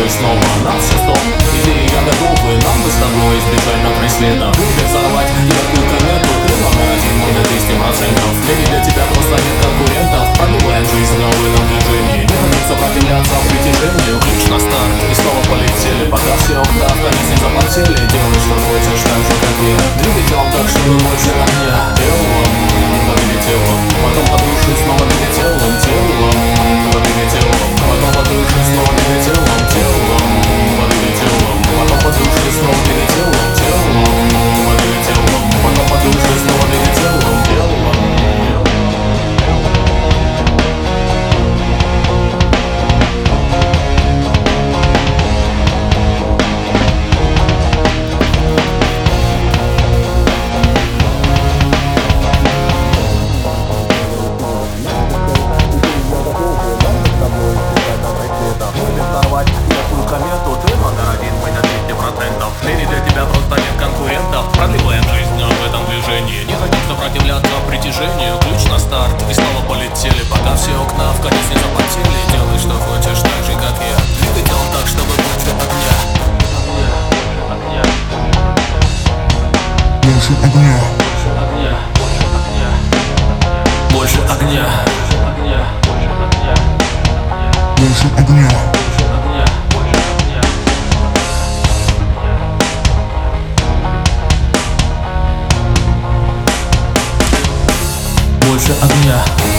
и снова нас все стоп. Идеи я готовы, нам бы с тобой избежать на край света. Любят взорвать яркую комету. Ты номер один, мой на 200%. Мне для тебя просто нет конкурентов. Пробиваем жизнь в новом движении. Не хотим сопротивляться притяжению. Ключ на старт и снова полетели. Пока все окна в конец не запотели. Делай что хочешь, так же как я. Двигай телом так, чтобы больше огня. Телом, подвигай телом. Потом подуши, снова двигай телом. Телом, подвигай телом. Потом подуши, снова двигай телом. Телом, подвигай телом. Потом подуши, снова двигай телом. Телом, подвигай телом. Потом подуши, снова двигай телом. Телом. Продлеваем жизнь в этом движении. Не хотим сопротивляться притяжению. Ключ на старт и снова полетели. Пока все окна в конец не запотели. Делай что хочешь, так же как я. Двигай телом так, чтобы больше огня. Больше огня. Больше огня. Больше огня. Больше огня.